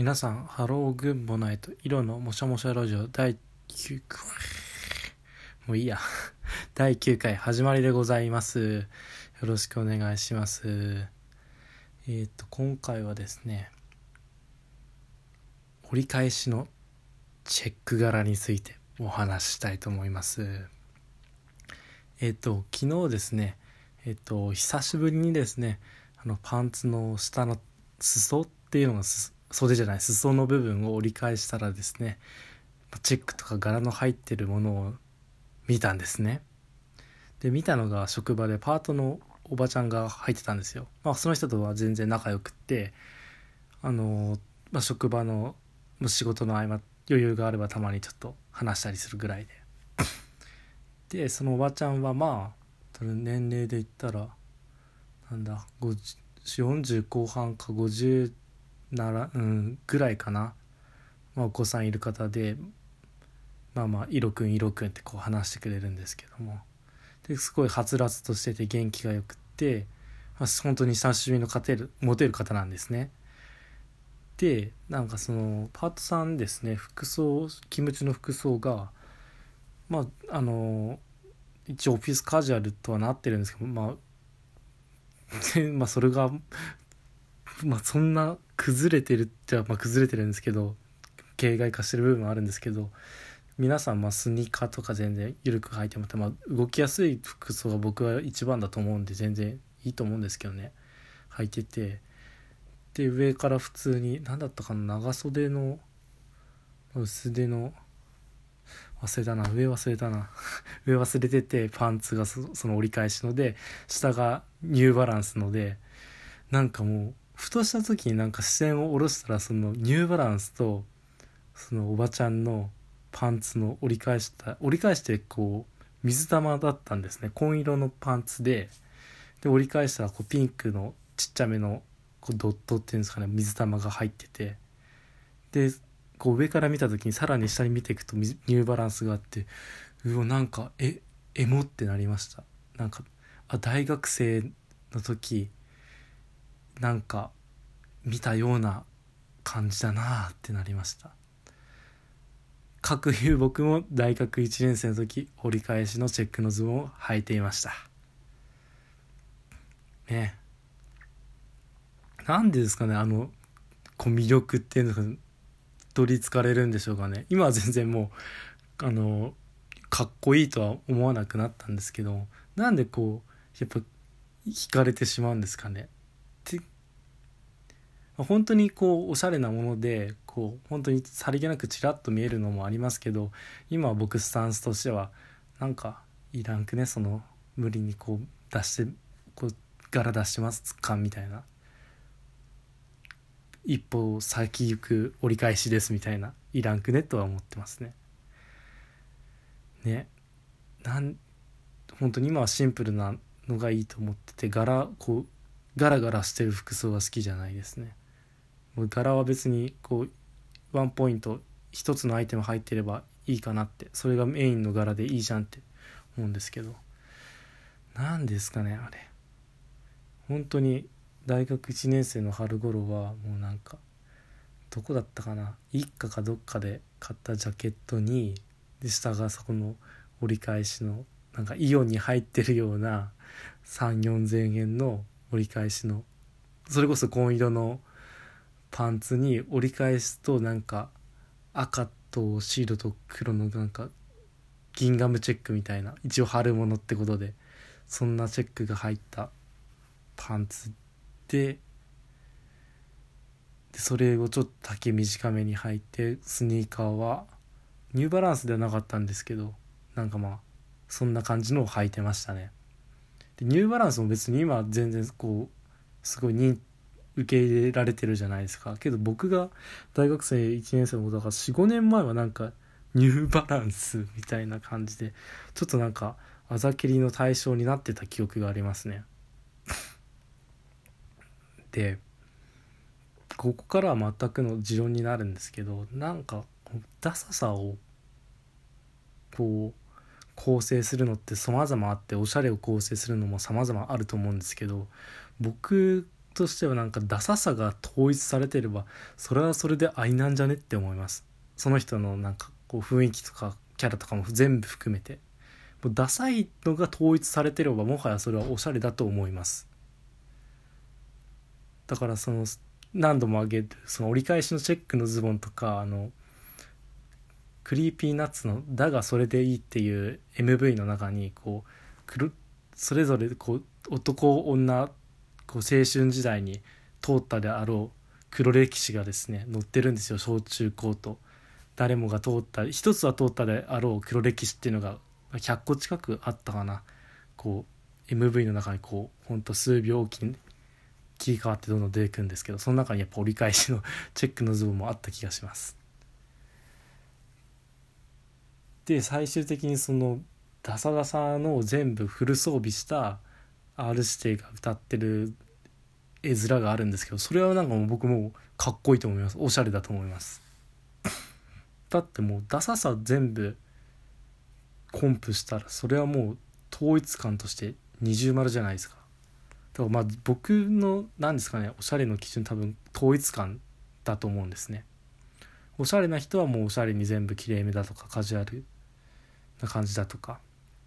皆さんハローグッボナイト色のもしゃもしゃラジオ第9回もういいや第9回始まりでございます。よろしくお願いします。今回はですね、折り返しのチェック柄についてお話ししたいと思います。昨日ですね、久しぶりにですね、パンツの下の裾っていうのが袖じゃない裾の部分を折り返したらですね、チェックとか柄の入ってるものを見たんですね。で見たのが職場でパートのおばちゃんが入ってたんですよ。その人とは全然仲良くって職場の仕事の合間余裕があればたまにちょっと話したりするぐらいでそのおばちゃんは多分年齢で言ったら40後半か50ならぐらいかな、お子さんいる方でイロくんってこう話してくれるんですけども、ですごいはつらつとしてて元気がよくって、本当に久しぶりのモテる方なんですね。でそのパートさんですね、勤務中の服装が一応オフィスカジュアルとはなってるんですけど、それがそんな崩れてるって崩れてるんですけど、形骸化してる部分はあるんですけど、皆さんスニーカーとか全然緩く履いても動きやすい服装が僕は一番だと思うんで全然いいと思うんですけどね、履いてて、で上から普通に長袖の薄手の上忘れてて、パンツがその折り返しので下がニューバランスので、もうふとした時に視線を下ろしたらそのニューバランスとそのおばちゃんのパンツの折り返してこう水玉だったんですね。紺色のパンツで折り返したらピンクのちっちゃめのドットっていうんですかね、水玉が入ってて、で上から見た時にさらに下に見ていくとニューバランスがあって、エモってなりました。大学生の時見たような感じだなってなりました。僕も大学1年生の時折り返しのチェックのズボンを履いていましたね。なんでですかね、魅力っていうのが取りつかれるんでしょうかね。今は全然もうかっこいいとは思わなくなったんですけど、なんでやっぱ惹かれてしまうんですかね。本当におしゃれなもので本当にさりげなくチラッと見えるのもありますけど、今は僕スタンスとしてはいらんくね、その無理に出して柄出してます感みたいな、一歩先行く折り返しですみたいな、いらんくねとは思ってますね。本当に今はシンプルなのがいいと思ってて、ガラガラしてる服装が好きじゃないですね。もう柄は別にワンポイント一つのアイテム入ってればいいかなって、それがメインの柄でいいじゃんって思うんですけど、なんですかねあれ。本当に大学1年生の春頃はもうどこだったかな、一家かどっかで買ったジャケットに下がそこの折り返しのイオンに入ってるような3,4千円の折り返しの、それこそ紺色のパンツに折り返すと赤と白と黒のギンガムチェックみたいな、一応春物ってことでそんなチェックが入ったパンツでそれをちょっと丈短めに履いて、スニーカーはニューバランスではなかったんですけどそんな感じのを履いてましたね。でニューバランスも別に今全然すごい受け入れられてるじゃないですか。けど僕が大学生1年生のだから 4,5 年前はニューバランスみたいな感じでちょっとあざけりの対象になってた記憶がありますね。でここからは全くの持論になるんですけど、ダサさを構成するのって様々あって、おしゃれを構成するのも様々あると思うんですけど、僕としてはなんかダサさが統一されてればそれはそれで愛なんじゃねって思います。その人のなんかこう雰囲気とかキャラとかも全部含めて、もうダサいのが統一されてればもはやそれはおしゃれだと思います。だからその何度も挙げるその折り返しのチェックのズボンとか、クリーピーナッツのだがそれでいいっていう MV の中にこうそれぞれこう男女こう青春時代に通ったであろう黒歴史がですね載ってるんですよ。小中高と誰もが通った一つは通ったであろう黒歴史っていうのが100個近くあったかな。こう MV の中にこうほんと数秒おきに切り替わってどんどん出てくるんですけど、その中にやっぱ折り返しのチェックのズボンもあった気がします。で最終的にそのダサダサの全部フル装備した R 指定が歌ってる絵面があるんですけど、それはなんかもう僕もかっこいいと思います。おしゃれだと思います。だってもうダサさ全部コンプしたらそれはもう統一感として二重丸じゃないですか。だからまあ僕の何ですかね、おしゃれの基準多分統一感だと思うんですね。おしゃれな人はもうおしゃれに全部きれいめだとかカジュアルな感じだとか、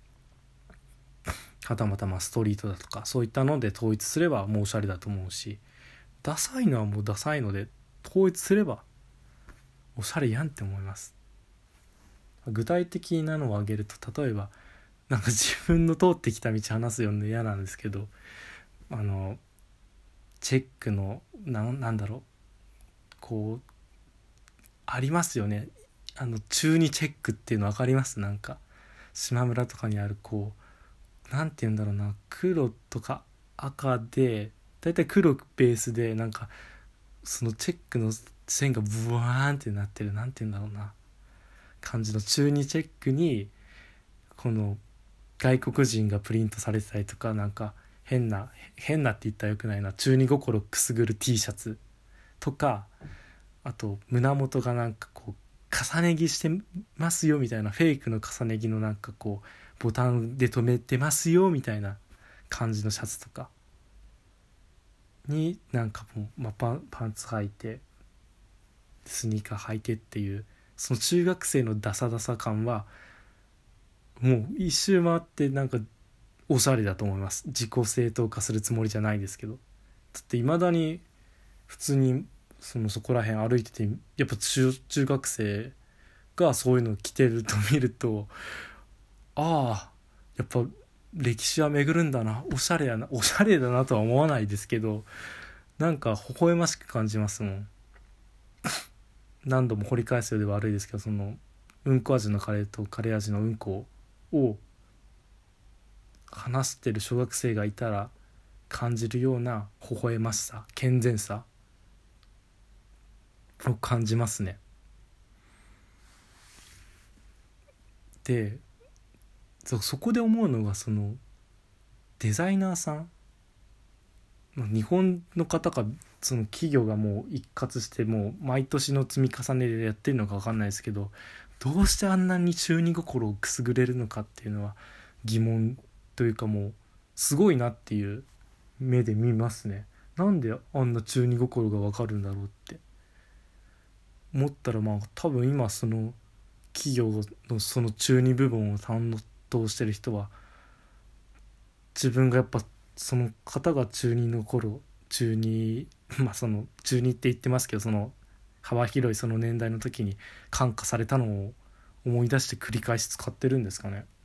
はたまたまストリートだとかそういったので統一すればもうおしゃれだと思うし、ダサいのはもうダサいので統一すればおしゃれやんって思います。具体的なのを挙げると、例えばなんか自分の通ってきた道話すようで嫌なんですけど、チェックのなんだろうこうありますよね。中二チェックっていうの分かります？なんか島村とかにあるこうなんて言うんだろうな、黒とか赤でだいたい黒ベースでなんかそのチェックの線がブワーンってなってる、なんて言うんだろうな感じの中二チェックにこの外国人がプリントされてたりとか、なんか変なって言ったらよくないな、中二心くすぐる T シャツとか、あと胸元がなんかこう重ね着してますよみたいな、フェイクの重ね着のなんかこうボタンで留めてますよみたいな感じのシャツとかになんかもう、パンツ履いてスニーカー履いてっていう、その中学生のダサダサ感はもう一周回ってなんかおしゃれだと思います。自己正当化するつもりじゃないですけど、だって未だに普通にそこら辺歩いててやっぱ中学生がそういうのを着てると見ると、ああやっぱ歴史は巡るんだな、おしゃれやな、おしゃれだなとは思わないですけど、なんか微笑ましく感じますもん。何度も掘り返すようで悪いですけど、そのうんこ味のカレーとカレー味のうんこを話してる小学生がいたら感じるような微笑ましさ、健全さを感じますね。でそこで思うのが、そのデザイナーさん、日本の方かその企業がもう一括してもう毎年の積み重ねでやってるのか分かんないですけど、どうしてあんなに中二心をくすぐれるのかっていうのは疑問というか、もうすごいなっていう目で見ますね。なんであんな中二心が分かるんだろうって思ったら、まあ多分今その企業のその中二部分を担当してる人は、自分がやっぱその方が中二の頃、中二その中二って言ってますけど、その幅広いその年代の時に感化されたのを思い出して繰り返し使ってるんですかね。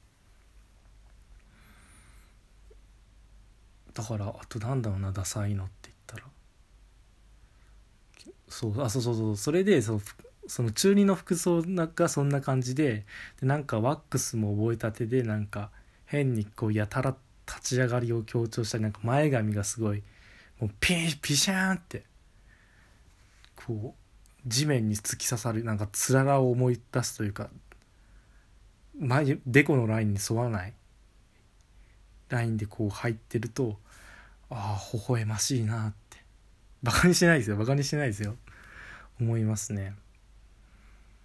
だからあとなんだろうな、ダサいのって言ったらそうそれでその中二の服装がそんな感じで、なんかワックスも覚えたてで、なんか変にこうやたら立ち上がりを強調したり、なんか前髪がすごいもうピシャーンってこう地面に突き刺さる、なんかつららを思い出すというか、デコのラインに沿わないラインでこう入ってると、ああ微笑ましいなって、バカにしないですよ思いますね。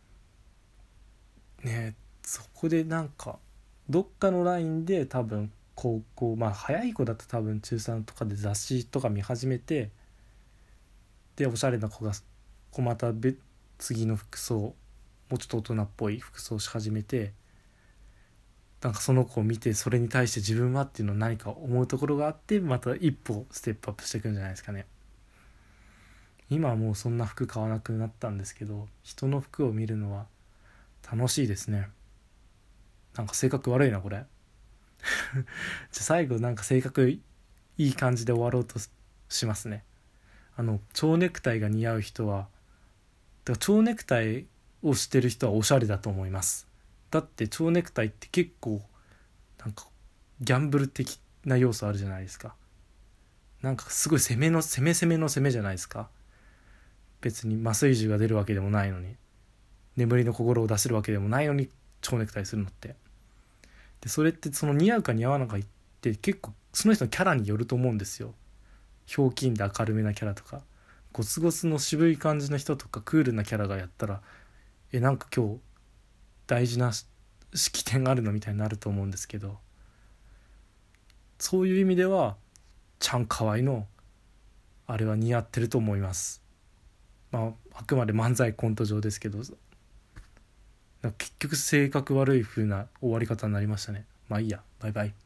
ね、そこでなんかどっかのラインで多分高校早い子だと多分中3とかで雑誌とか見始めて、でおしゃれな子がまた次の服装もうちょっと大人っぽい服装し始めて、なんかその子を見てそれに対して自分はっていうのを何か思うところがあって、また一歩ステップアップしていくんじゃないですかね。今はもうそんな服買わなくなったんですけど、人の服を見るのは楽しいですね。なんか性格悪いなこれじゃ最後なんか性格いい感じで終わろうとしますね。蝶ネクタイが似合う人は、だから蝶ネクタイをしてる人はおしゃれだと思います。だって蝶ネクタイって結構なんかギャンブル的な要素あるじゃないですか。なんかすごい攻めの攻めじゃないですか。別に麻酔銃が出るわけでもないのに、眠りの心を出せるわけでもないのに蝶ネクタイするのって、でそれってその似合うか似合わないかって結構その人のキャラによると思うんですよ。ひょうきんで明るめなキャラとか、ゴツゴツの渋い感じの人とかクールなキャラがやったら、なんか今日大事な式典があるのみたいになると思うんですけど、そういう意味ではちゃんかわいのあれは似合ってると思います。あくまで漫才コント上ですけど、結局性格悪い風な終わり方になりましたね。いいや、バイバイ。